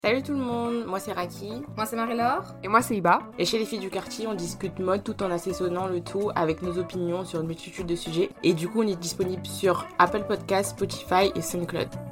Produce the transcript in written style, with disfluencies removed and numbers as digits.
Salut tout le monde, moi c'est Raki. Moi c'est Marie-Laure. Et moi c'est Iba. Et chez les filles du quartier, on discute mode tout en assaisonnant le tout avec nos opinions sur une multitude de sujets. Et du coup, on est disponible sur Apple Podcasts, Spotify et SoundCloud.